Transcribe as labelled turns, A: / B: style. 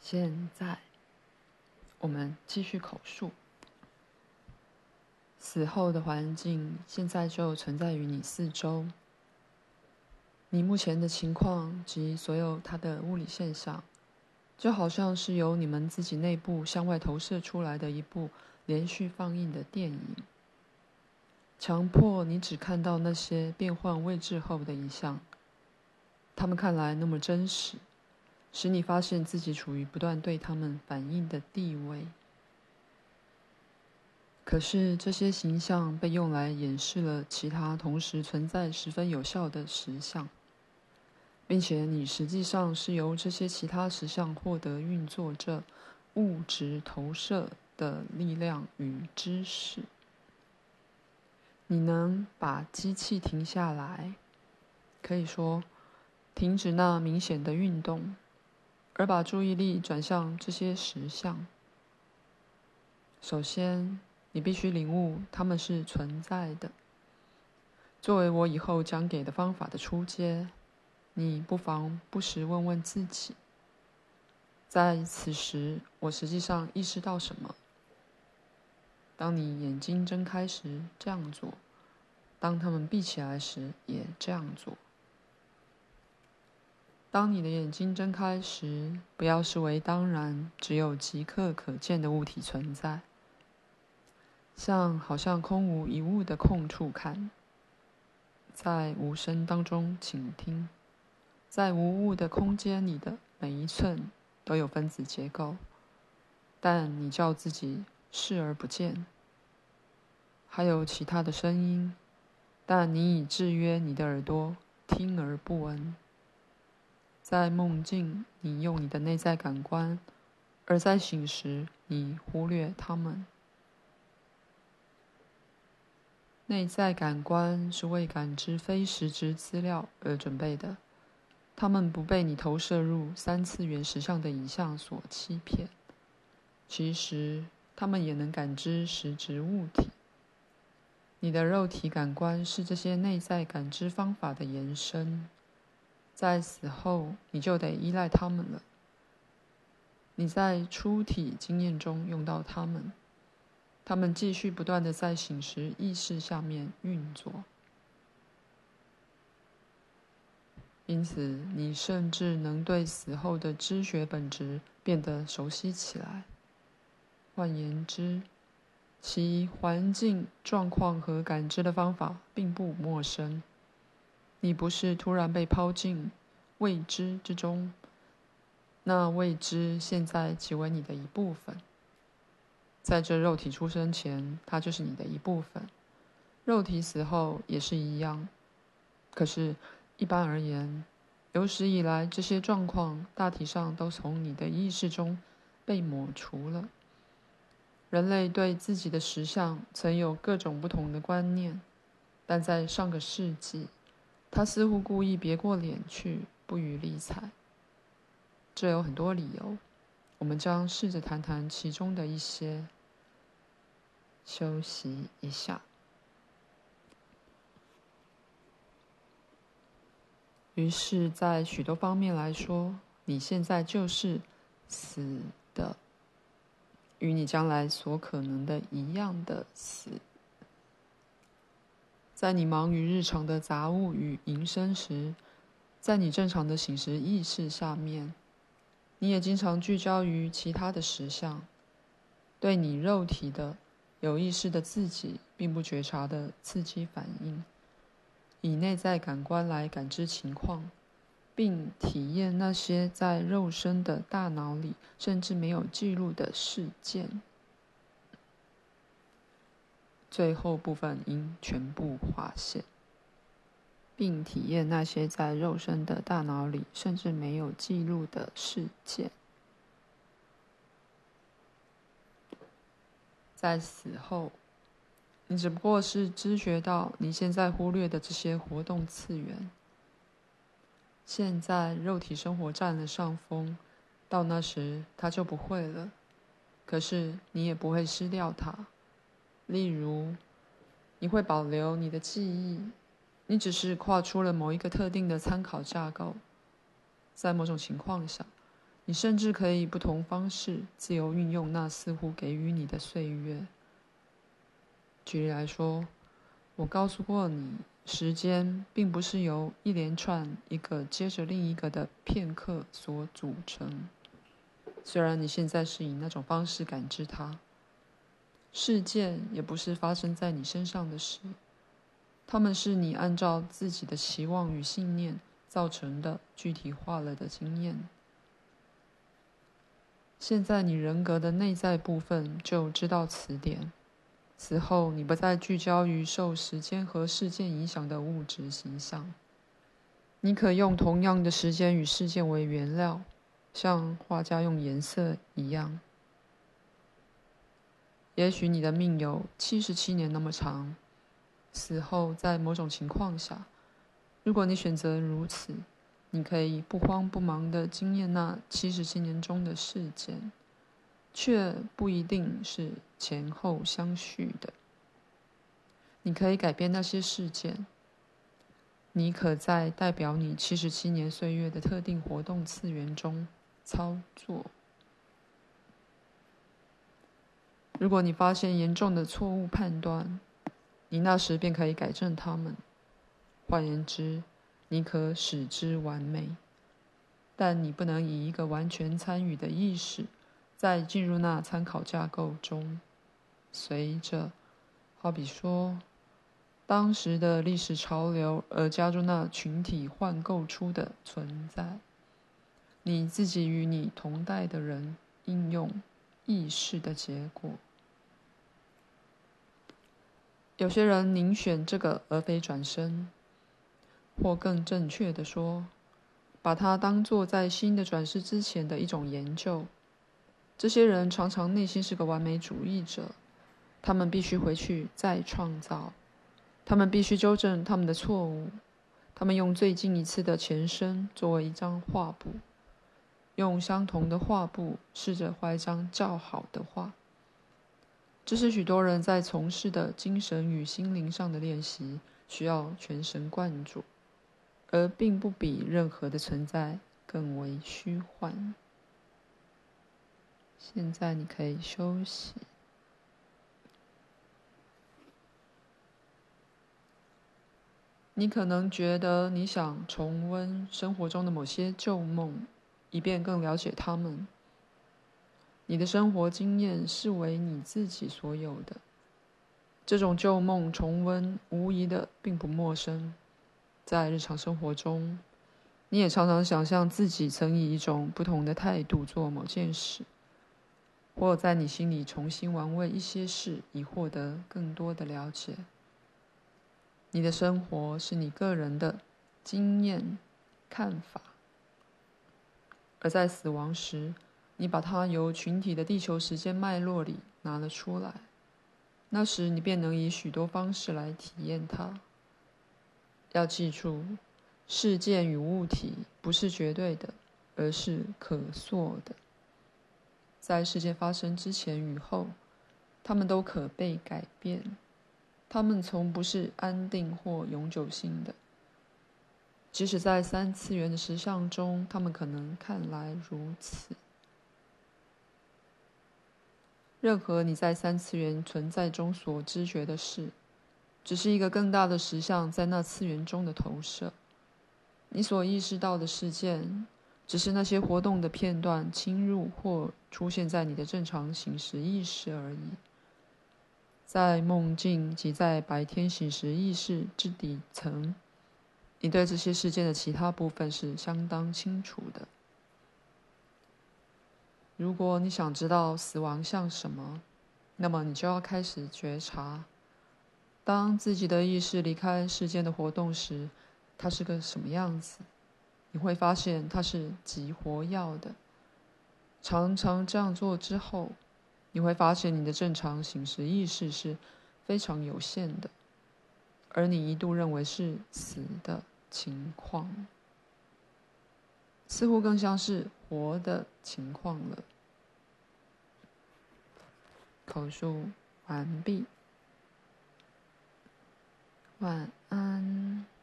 A: 现在，我们继续口述。死后的环境现在就存在于你四周。你目前的情况及所有它的物理现象，就好像是由你们自己内部向外投射出来的一部连续放映的电影，强迫你只看到那些变换位置后的影像。它们看来那么真实，使你发现自己处于不断对它们反应的地位。可是这些形象被用来掩饰了其他同时存在十分有效的实相，并且你实际上是由这些其他实相获得运作着物质投射的力量与知识。你能把机器停下来，可以说停止那明显的运动，而把注意力转向这些实相。首先，你必须领悟它们是存在的。作为我以后讲给的方法的初阶，你不妨不时问问自己：在此时，我实际上意识到什么？当你眼睛睁开时，这样做；当它们闭起来时，也这样做。当你的眼睛睁开时，不要视为当然只有即刻可见的物体存在，好像空无一物的空处看，在无声当中倾听，在无物的空间里的每一寸都有分子结构，但你叫自己视而不见。还有其他的声音，但你已制约你的耳朵，听而不闻。在梦境，你用你的内在感官，而在醒时，你忽略它们。内在感官是为感知非实质资料而准备的，它们不被你投射入三次元实相的影像所欺骗。其实，它们也能感知实质物体。你的肉体感官是这些内在感知方法的延伸，在死后你就得依赖它们了。你在出体经验中用到它们，它们继续不断地在醒时意识下面运作。因此，你甚至能对死后的知觉本质变得熟悉起来。换言之，其环境、状况和感知的方法并不陌生。你不是突然被抛进未知之中，那未知现在即为你的一部分。在这肉体出生前，它就是你的一部分；肉体死后也是一样。可是，一般而言，有史以来这些状况大体上都从你的意识中被抹除了。人类对自己的实相曾有各种不同的观念，但在上个世纪，他似乎故意别过脸去，不予理睬。这有很多理由，我们将试着谈谈其中的一些。休息一下。于是，在许多方面来说，你现在就是死的。与你将来所可能的一样的死。在你忙于日常的杂物与营生时，在你正常的醒时意识下面，你也经常聚焦于其他的实相，对你肉体的有意识的自己并不觉察的刺激反应，以内在感官来感知情况，并体验那些在肉身的大脑里甚至没有记录的事件。最后部分应全部划线，并体验那些在肉身的大脑里甚至没有记录的事件。在死后，你只不过是知觉到你现在忽略的这些活动次元。现在肉体生活占了上风，到那时它就不会了。可是你也不会失掉它。例如，你会保留你的记忆，你只是跨出了某一个特定的参考架构。在某种情况下， 你甚至可以不同方式自由运用那似乎给予你的岁月。举例来说，我告诉过你，时间并不是由一连串一个接着另一个的片刻所组成。虽然你现在是以那种方式感知它，事件也不是发生在你身上的事，它们是你按照自己的期望与信念造成的具体化了的经验。现在你人格的内在部分就知道此点。此后，你不再聚焦于受时间和事件影响的物质形象。你可用同样的时间与事件为原料，像画家用颜色一样。也许你的命有77年那么长，死后在某种情况下，如果你选择如此，你可以不慌不忙地经验那77年中的事件，却不一定是前后相续的。你可以改变那些事件，你可在代表你77年岁月的特定活动次元中操作。如果你发现严重的错误判断，你那时便可以改正它们。换言之，你可使之完美，但你不能以一个完全参与的意识，再进入那参考架构中。随着，好比说，当时的历史潮流而加入那群体幻构出的存在，你自己与你同代的人应用意识的结果。有些人宁选这个而非转身，或更正确地说，把它当作在新的转世之前的一种研究。这些人常常内心是个完美主义者，他们必须回去再创造，他们必须纠正他们的错误，他们用最近一次的前身作为一张画布，用相同的画布试着画一张较好的画。这是许多人在从事的精神与心灵上的练习，需要全神贯注，而并不比任何的存在更为虚幻。现在你可以休息。你可能觉得你想重温生活中的某些旧梦，以便更了解他们。你的生活经验是为你自己所有的，这种旧梦重温无疑的并不陌生。在日常生活中，你也常常想象自己曾以一种不同的态度做某件事，或在你心里重新玩味一些事，以获得更多的了解。你的生活是你个人的经验、看法，而在死亡时，你把它由群体的地球时间脉络里拿了出来，那时你便能以许多方式来体验它。要记住，事件与物体不是绝对的，而是可塑的。在事件发生之前与后，它们都可被改变，它们从不是安定或永久性的。即使在3次元的实相中，它们可能看来如此。任何你在3次元存在中所知觉的事，只是一个更大的实相在那次元中的投射。你所意识到的事件，只是那些活动的片段侵入或出现在你的正常醒时意识而已。在梦境及在白天醒时意识之底层，你对这些事件的其他部分是相当清楚的。如果你想知道死亡像什么，那么你就要开始觉察，当自己的意识离开世间的活动时，它是个什么样子。你会发现它是极活跃的。常常这样做之后，你会发现你的正常醒时意识是非常有限的，而你一度认为是死的情况，似乎更像是活的情况了。口述完毕，晚安。